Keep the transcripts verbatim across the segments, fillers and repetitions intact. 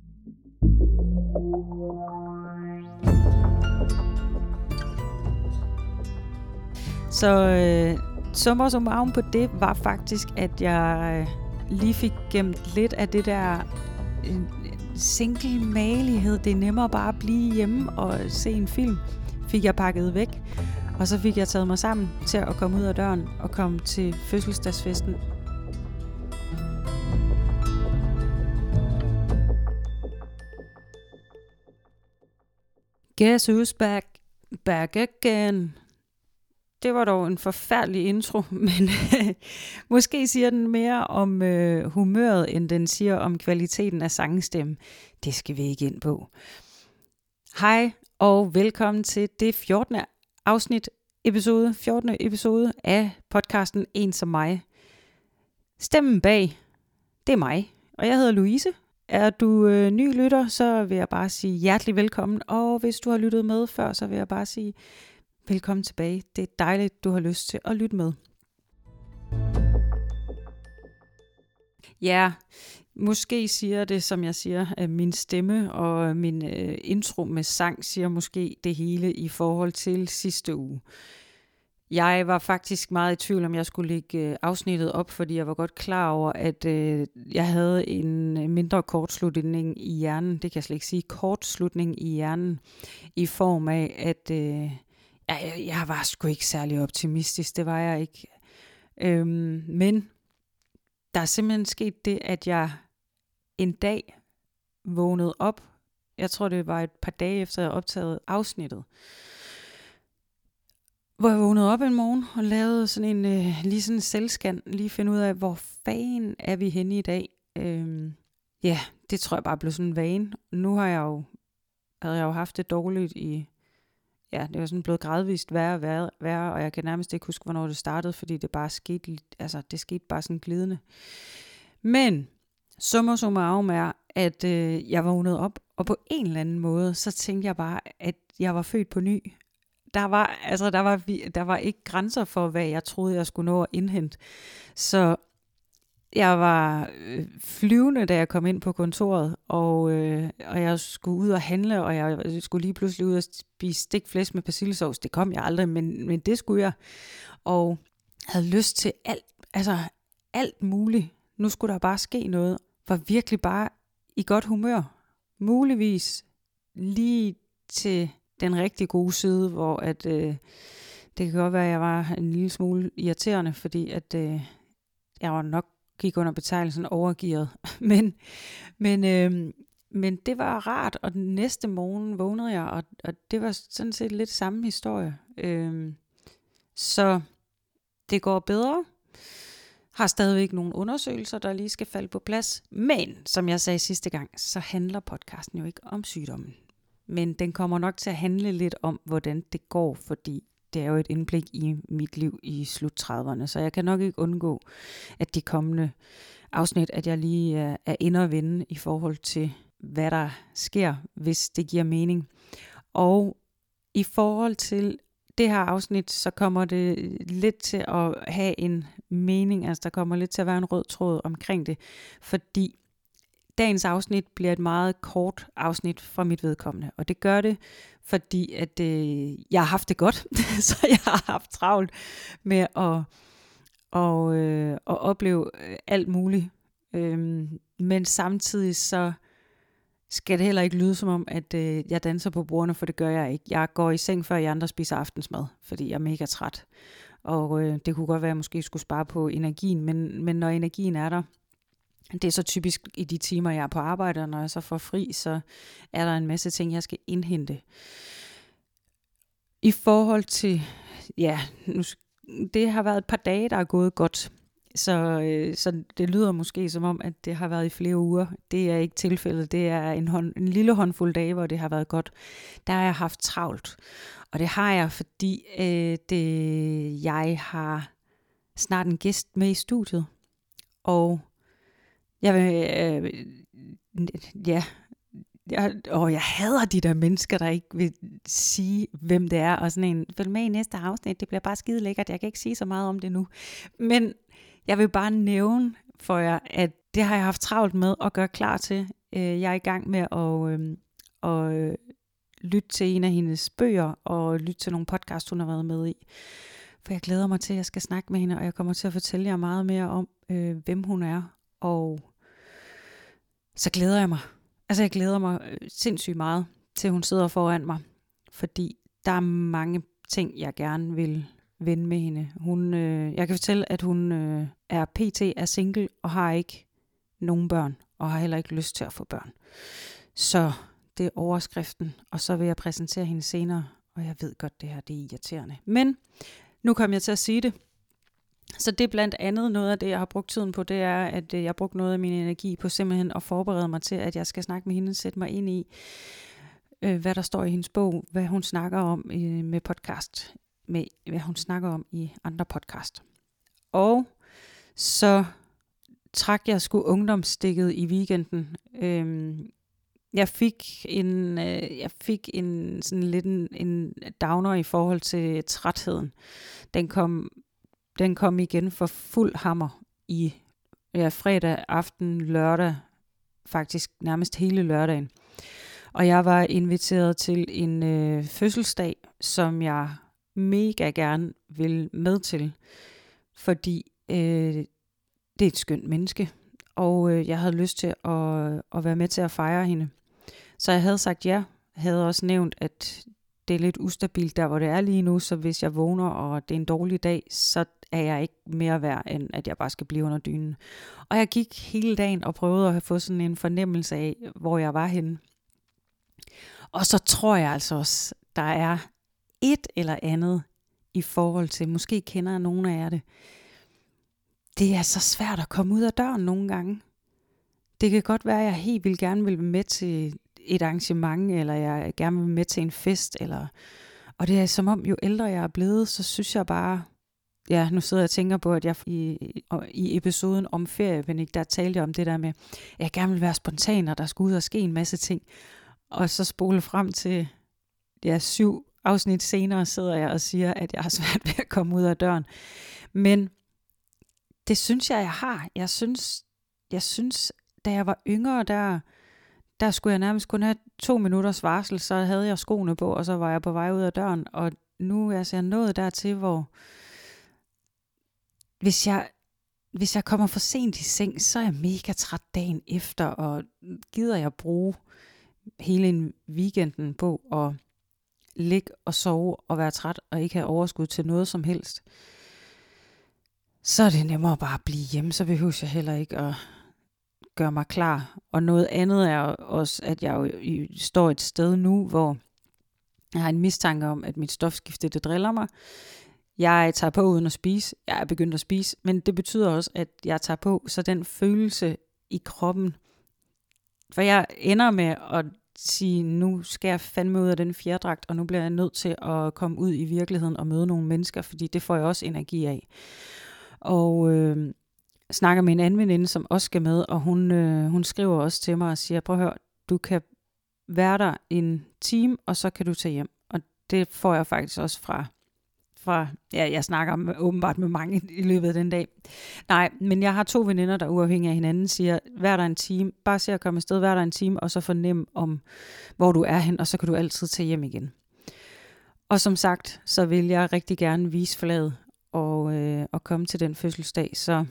Så øh, summa summarum på det var faktisk, at jeg øh, lige fik gemt lidt af det der øh, single-malighed. Det er nemmere bare at blive hjemme og se en film. Fik jeg pakket væk, og så fik jeg taget mig sammen til at komme ud af døren og komme til fødselsdagsfesten. Guess who's back? Back again. Det var dog en forfærdelig intro, men måske siger den mere om øh, humøret, end den siger om kvaliteten af sangstemmen. Det skal vi ikke ind på. Hej og velkommen til det fjortende afsnit, episode, fjortende episode af podcasten En som mig. Stemmen bag, det er mig, og jeg hedder Louise. Er du øh, ny lytter, så vil jeg bare sige hjertelig velkommen, og hvis du har lyttet med før, så vil jeg bare sige velkommen tilbage. Det er dejligt, du har lyst til at lytte med. Ja, måske siger det, som jeg siger, at min stemme og min øh, intro med sang siger måske det hele i forhold til sidste uge. Jeg var faktisk meget i tvivl, om jeg skulle lægge afsnittet op, fordi jeg var godt klar over, at øh, jeg havde en mindre kortslutning i hjernen. Det kan jeg slet ikke sige. Kortslutning i hjernen i form af, at øh, jeg, jeg var sgu ikke særlig optimistisk. Det var jeg ikke. Øhm, men der er simpelthen sket det, at jeg en dag vågnede op. Jeg tror, det var et par dage efter, jeg optaget afsnittet. Hvor jeg vågnede op en morgen og lavede sådan en, øh, lige sådan en selvscan, lige finde ud af, hvor fanden er vi henne i dag. Øhm, ja, det tror jeg bare blev sådan en vane. Nu har jeg jo, havde jeg jo haft det dårligt i, ja, det var sådan blevet gradvist værre og værre, værre, og jeg kan nærmest ikke huske, hvornår det startede, fordi det bare skete, altså det skete bare sådan glidende. Men summa summarum er, at øh, jeg vågnede op, og på en eller anden måde, så tænkte jeg bare, at jeg var født på ny. Der var, altså, der, var, der var ikke grænser for, hvad jeg troede, jeg skulle nå at indhente. Så jeg var øh, flyvende, da jeg kom ind på kontoret, og, øh, og jeg skulle ud og handle, og jeg skulle lige pludselig ud og spise stegt flæsk med persillesovs. Det kom jeg aldrig, men, men det skulle jeg. Og havde lyst til alt, altså alt muligt. Nu skulle der bare ske noget. Var virkelig bare i godt humør. Muligvis lige til den rigtig gode side, hvor at, øh, det kan godt være, at jeg var en lille smule irriterende, fordi at, øh, jeg var nok gik under betegnelsen overgearet. men, men, øh, men det var rart, og den næste morgen vågnede jeg, og, og det var sådan set lidt samme historie. Øh, så det går bedre. Har stadigvæk nogle undersøgelser, der lige skal falde på plads. Men, som jeg sagde sidste gang, så handler podcasten jo ikke om sygdommen. Men den kommer nok til at handle lidt om, hvordan det går, fordi det er jo et indblik i mit liv i slut trediverne. Så jeg kan nok ikke undgå, at de kommende afsnit, at jeg lige er, er inde og vende i forhold til, hvad der sker, hvis det giver mening. Og i forhold til det her afsnit, så kommer det lidt til at have en mening. Altså der kommer lidt til at være en rød tråd omkring det, fordi dagens afsnit bliver et meget kort afsnit fra mit vedkommende, og det gør det, fordi at øh, jeg har haft det godt, så jeg har haft travlt med at, og, øh, at opleve alt muligt. Øhm, men samtidig så skal det heller ikke lyde som om, at øh, jeg danser på bordene, for det gør jeg ikke. Jeg går i seng, før I andre spiser aftensmad, fordi jeg er mega træt. Og øh, det kunne godt være, at jeg måske skulle spare på energien, men, men når energien er der, det er så typisk i de timer, jeg er på arbejde, og når jeg så får fri, så er der en masse ting, jeg skal indhente. I forhold til, ja, nu, det har været et par dage, der er gået godt, så, øh, så det lyder måske som om, at det har været i flere uger. Det er ikke tilfældet. Det er en, hånd, en lille håndfuld dage, hvor det har været godt. Der har jeg haft travlt, og det har jeg, fordi øh, det, jeg har snart en gæst med i studiet, og jeg vil, øh, ja, jeg, og jeg hader de der mennesker, der ikke vil sige, hvem det er, og sådan en, følg med i næste afsnit, det bliver bare skide lækkert, jeg kan ikke sige så meget om det nu, men jeg vil bare nævne for jer, at det har jeg haft travlt med at gøre klar til. Øh, jeg er i gang med at, øh, at øh, lytte til en af hendes bøger, og lytte til nogle podcasts, hun har været med i. For jeg glæder mig til, at jeg skal snakke med hende, og jeg kommer til at fortælle jer meget mere om, øh, hvem hun er. Og så glæder jeg mig. Altså jeg glæder mig sindssygt meget til, hun sidder foran mig. Fordi der er mange ting, jeg gerne vil vende med hende. Hun, øh, jeg kan fortælle, at hun øh, er pt. Er single og har ikke nogen børn. Og har heller ikke lyst til at få børn. Så det er overskriften. Og så vil jeg præsentere hende senere. Og jeg ved godt, det her det er irriterende. Men nu kommer jeg til at sige det. Så det er blandt andet noget af det, jeg har brugt tiden på, det er, at jeg har brugt noget af min energi på simpelthen at forberede mig til, at jeg skal snakke med hende, sætte mig ind i, øh, hvad der står i hendes bog, hvad hun snakker om øh, med podcast, med hvad hun snakker om i andre podcast. Og så trak jeg sgu ungdomsstikket i weekenden. Øh, jeg fik en, øh, jeg fik en sådan lidt en, en downer i forhold til trætheden. Den kom Den kom igen for fuld hammer i ja, fredag aften, lørdag, faktisk nærmest hele lørdagen. Og jeg var inviteret til en øh, fødselsdag, som jeg mega gerne vil med til, fordi øh, det er et skønt menneske, og øh, jeg havde lyst til at, at være med til at fejre hende. Så jeg havde sagt ja, havde også nævnt, at det er lidt ustabilt der, hvor det er lige nu, så hvis jeg vågner, og det er en dårlig dag, så er jeg ikke mere værd, end at jeg bare skal blive under dynen. Og jeg gik hele dagen og prøvede at få sådan en fornemmelse af, hvor jeg var henne. Og så tror jeg altså også, der er et eller andet i forhold til, måske kender nogen af jer det, det er så svært at komme ud af døren nogle gange. Det kan godt være, at jeg helt vildt gerne vil være med til et arrangement, eller jeg gerne vil være med til en fest, eller, og det er som om, jo ældre jeg er blevet, så synes jeg bare, ja, nu sidder jeg og tænker på, at jeg i, i episoden om feriepanik, der talte jeg om det der med, at jeg gerne vil være spontan, og der skulle ud og ske en masse ting. Og så spole frem til ja, syv afsnit senere, sidder jeg og siger, at jeg har svært ved at komme ud af døren. Men det synes jeg, jeg har. Jeg synes, jeg synes da jeg var yngre, der, der skulle jeg nærmest kun have to minutters varsel, så havde jeg skoene på, og så var jeg på vej ud af døren. Og nu er jeg nået dertil, hvor Hvis jeg, hvis jeg kommer for sent i seng, så er jeg mega træt dagen efter, og gider jeg bruge hele en weekenden på at ligge og sove og være træt og ikke have overskud til noget som helst, så er det nemmere bare at blive hjemme, så behøver jeg heller ikke at gøre mig klar. Og noget andet er også, at jeg jo står et sted nu, hvor jeg har en mistanke om, at mit stofskifte det driller mig. Jeg tager på uden at spise. Jeg er begyndt at spise, men det betyder også, at jeg tager på, så den følelse i kroppen, for jeg ender med at sige, nu skal jeg fandme ud af den fjerdragt, og nu bliver jeg nødt til at komme ud i virkeligheden og møde nogle mennesker, fordi det får jeg også energi af. Og øh, snakker med en anden veninde, som også skal med, og hun, øh, hun skriver også til mig og siger, prøv at høre, du kan være der en time, og så kan du tage hjem. Og det får jeg faktisk også fra Fra, ja, jeg snakker med, åbenbart med mange i løbet af den dag. Nej, men jeg har to veninder, der uafhængig af hinanden siger, vær der en time, bare se at komme afsted, vær der en time, og så fornem om, hvor du er hen, og så kan du altid tage hjem igen. Og som sagt, så vil jeg rigtig gerne vise flaget og, øh, og komme til den fødselsdag. Så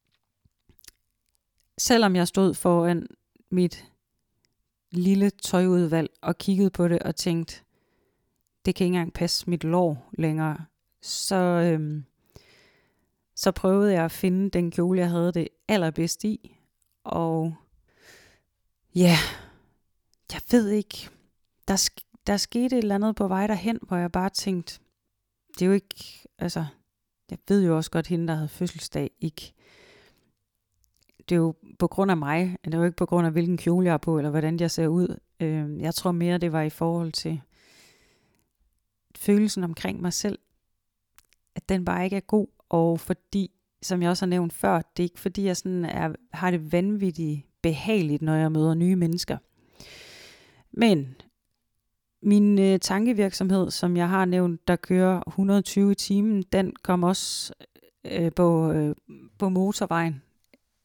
selvom jeg stod foran mit lille tøjudvalg og kiggede på det og tænkte, det kan ikke engang passe mit lår længere, så, øhm, så prøvede jeg at finde den kjole, jeg havde det allerbedst i. Og ja, jeg ved ikke, der, sk- der skete et eller andet på vej derhen, hvor jeg bare tænkte, det er jo ikke, altså, jeg ved jo også godt, hende, der havde fødselsdag, ikke. Det er jo på grund af mig, det er jo ikke på grund af, hvilken kjole jeg har på, eller hvordan jeg ser ud. Øh, jeg tror mere, det var i forhold til følelsen omkring mig selv, at den bare ikke er god, og fordi, som jeg også har nævnt før, det er ikke fordi, jeg sådan er, har det vanvittigt behageligt, når jeg møder nye mennesker. Men min øh, tankevirksomhed, som jeg har nævnt, der kører et hundrede og tyve i timen, den kom også øh, på, øh, på motorvejen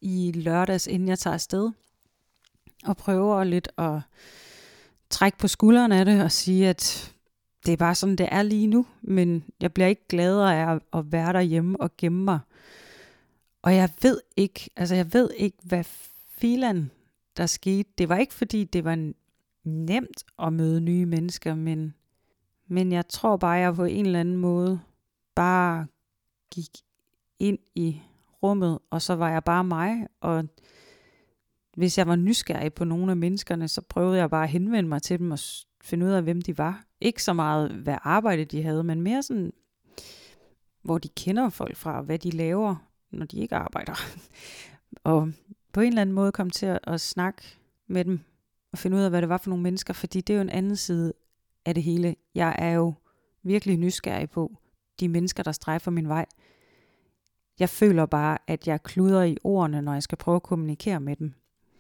i lørdags, inden jeg tager afsted, og prøver lidt at trække på skuldrene af det og sige, at det er bare sådan, det er lige nu, men jeg bliver ikke gladere af at være derhjemme og gemme mig. Og jeg ved ikke, altså jeg ved ikke, hvad filan der skete. Det var ikke fordi, det var nemt at møde nye mennesker, men, men jeg tror bare, jeg på en eller anden måde bare gik ind i rummet, og så var jeg bare mig, og hvis jeg var nysgerrig på nogle af menneskerne, så prøvede jeg bare at henvende mig til dem og finde ud af, hvem de var. Ikke så meget, hvad arbejde de havde, men mere sådan, hvor de kender folk fra, hvad de laver, når de ikke arbejder. Og på en eller anden måde komme til at, at snakke med dem, og finde ud af, hvad det var for nogle mennesker, fordi det er jo en anden side af det hele. Jeg er jo virkelig nysgerrig på de mennesker, der strejfer min vej. Jeg føler bare, at jeg kluder i ordene, når jeg skal prøve at kommunikere med dem.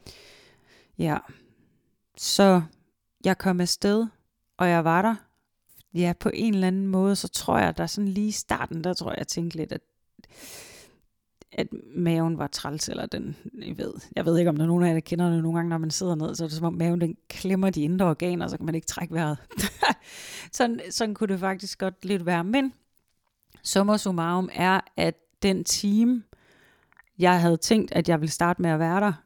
Ja, så jeg kom afsted, og jeg var der. Ja, på en eller anden måde, så tror jeg, der sådan lige i starten, der tror jeg, jeg tænkte lidt, at, at maven var træls, eller den, jeg ved, jeg ved ikke, om der er nogen af jer, der kender det nogle gange, når man sidder ned, så er det som om maven, den klemmer de indre organer, så kan man ikke trække vejret. sådan, sådan kunne det faktisk godt lidt være, men summa summarum er, at den time, jeg havde tænkt, at jeg ville starte med at være der,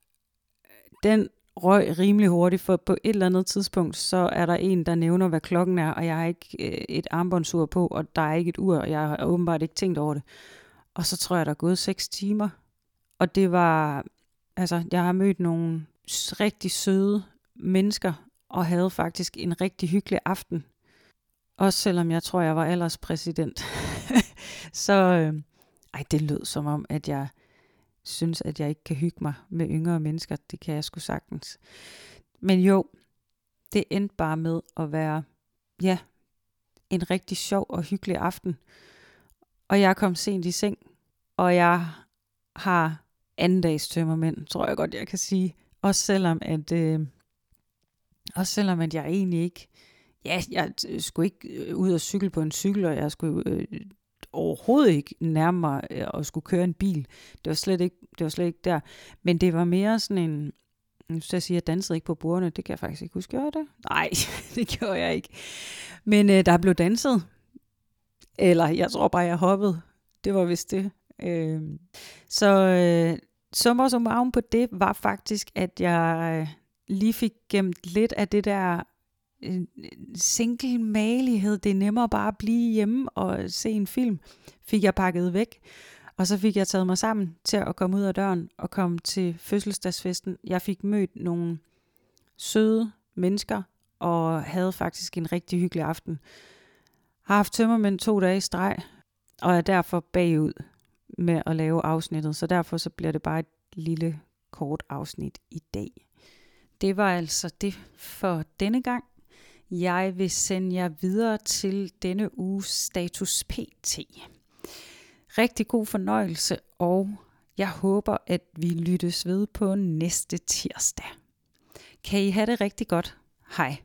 den røg rimelig hurtigt, for på et eller andet tidspunkt, så er der en, der nævner, hvad klokken er, og jeg har ikke øh, et armbåndsur på, og der er ikke et ur, og jeg har åbenbart ikke tænkt over det. Og så tror jeg, der er gået seks timer. Og det var, altså, jeg har mødt nogle rigtig søde mennesker, og havde faktisk en rigtig hyggelig aften. Også selvom jeg tror, jeg var alderspræsident. så, øh, ej, det lød som om, at jeg synes, at jeg ikke kan hygge mig med yngre mennesker. Det kan jeg sgu sagtens. Men jo, det endte bare med at være, ja, en rigtig sjov og hyggelig aften. Og jeg kom sent i seng, og jeg har anden dags tømmermænd, tror jeg godt, jeg kan sige. Også selvom, at, øh, også selvom at jeg egentlig ikke, ja, jeg skulle ikke ud og cykle på en cykel, og jeg skulle øh, overhovedet ikke nærme mig at skulle køre en bil. Det var slet ikke, det var slet ikke der. Men det var mere sådan en, nu skal jeg sige, jeg dansede ikke på bordene. Det kan jeg faktisk ikke huske, gjorde jeg det? Nej, det gjorde jeg ikke. Men øh, der blev danset. Eller jeg tror bare, jeg hoppede. Det var vist det. Øh, så øh, summa summarum på det var faktisk, at jeg øh, lige fik gemt lidt af det der single malighed. Det er nemmere bare at blive hjemme og se en film. Fik jeg pakket væk. Og så fik jeg taget mig sammen til at komme ud af døren og komme til fødselsdagsfesten. Jeg fik mødt nogle søde mennesker og havde faktisk en rigtig hyggelig aften. Har haft tømmermænd to dage i streg og er derfor bagud med at lave afsnittet. Så derfor så bliver det bare et lille kort afsnit i dag. Det var altså det for denne gang. Jeg vil sende jer videre til denne uges status P T. Rigtig god fornøjelse, og jeg håber, at vi lyttes ved på næste tirsdag. Kan I have det rigtig godt. Hej.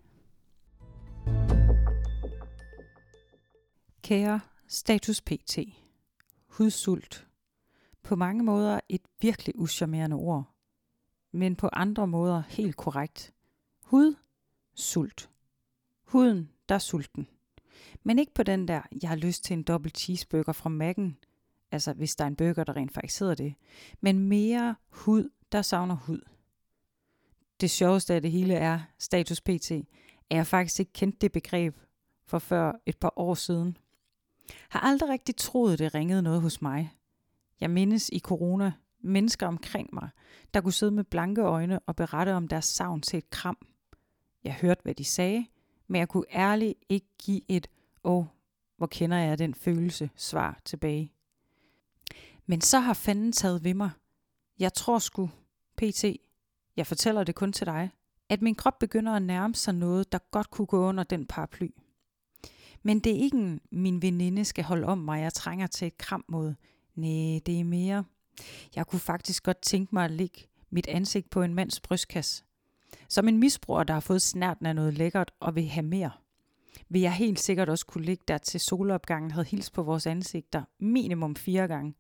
Kære status P T. Hudsult. På mange måder et virkelig uschammerende ord, men på andre måder helt korrekt. Hud, sult. Huden, der er sulten. Men ikke på den der, jeg har lyst til en dobbelt cheeseburger fra Mac'en. Altså, hvis der er en burger, der rent faktisk hedder det. Men mere hud, der savner hud. Det sjoveste af det hele er, status P T, at jeg faktisk ikke kendte det begreb for før et par år siden. Har aldrig rigtig troet, det ringede noget hos mig. Jeg mindes i corona mennesker omkring mig, der kunne sidde med blanke øjne og berette om deres savn til et kram. Jeg hørte, hvad de sagde, men jeg kunne ærligt ikke give et, åh, hvor kender jeg den følelse, svar tilbage. Men så har fanden taget ved mig. Jeg tror sgu, P T, jeg fortæller det kun til dig, at min krop begynder at nærme sig noget, der godt kunne gå under den paraply. Men det er ikke min veninde skal holde om mig, jeg trænger til et kram mod. Næh, det er mere. Jeg kunne faktisk godt tænke mig at lægge mit ansigt på en mands brystkasse. Som en misbruger, der har fået snærten af noget lækkert og vil have mere, vil jeg helt sikkert også kunne ligge der til solopgangen havde hilst på vores ansigter minimum fire gange.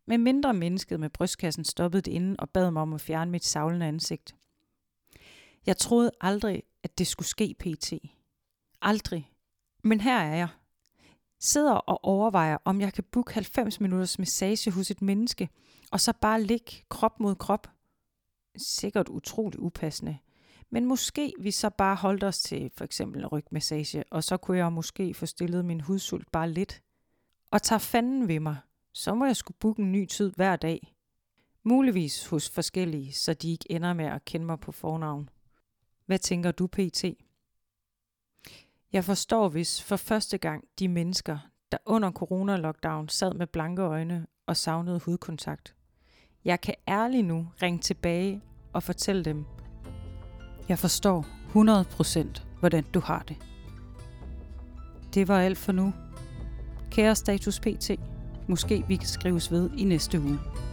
Med mindre mennesket med brystkassen stoppede det inden og bad mig om at fjerne mit savlende ansigt. Jeg troede aldrig, at det skulle ske pt. Aldrig. Men her er jeg. Sidder og overvejer, om jeg kan booke halvfems minutters massage hos et menneske, og så bare ligge krop mod krop. Sikkert utroligt upassende. Men måske vi så bare holdt os til for eksempel en rygmassage, og så kunne jeg måske få stillet min hudsult bare lidt. Og tager fanden ved mig, så må jeg skulle booke en ny tid hver dag. Muligvis hos forskellige, så de ikke ender med at kende mig på fornavn. Hvad tænker du pt? Jeg forstår hvis for første gang de mennesker, der under corona-lockdown sad med blanke øjne og savnede hudkontakt. Jeg kan ærligt nu ringe tilbage og fortælle dem, jeg forstår hundrede procent, hvordan du har det. Det var alt for nu. Kære Status P T, måske vi kan skrives ved i næste uge.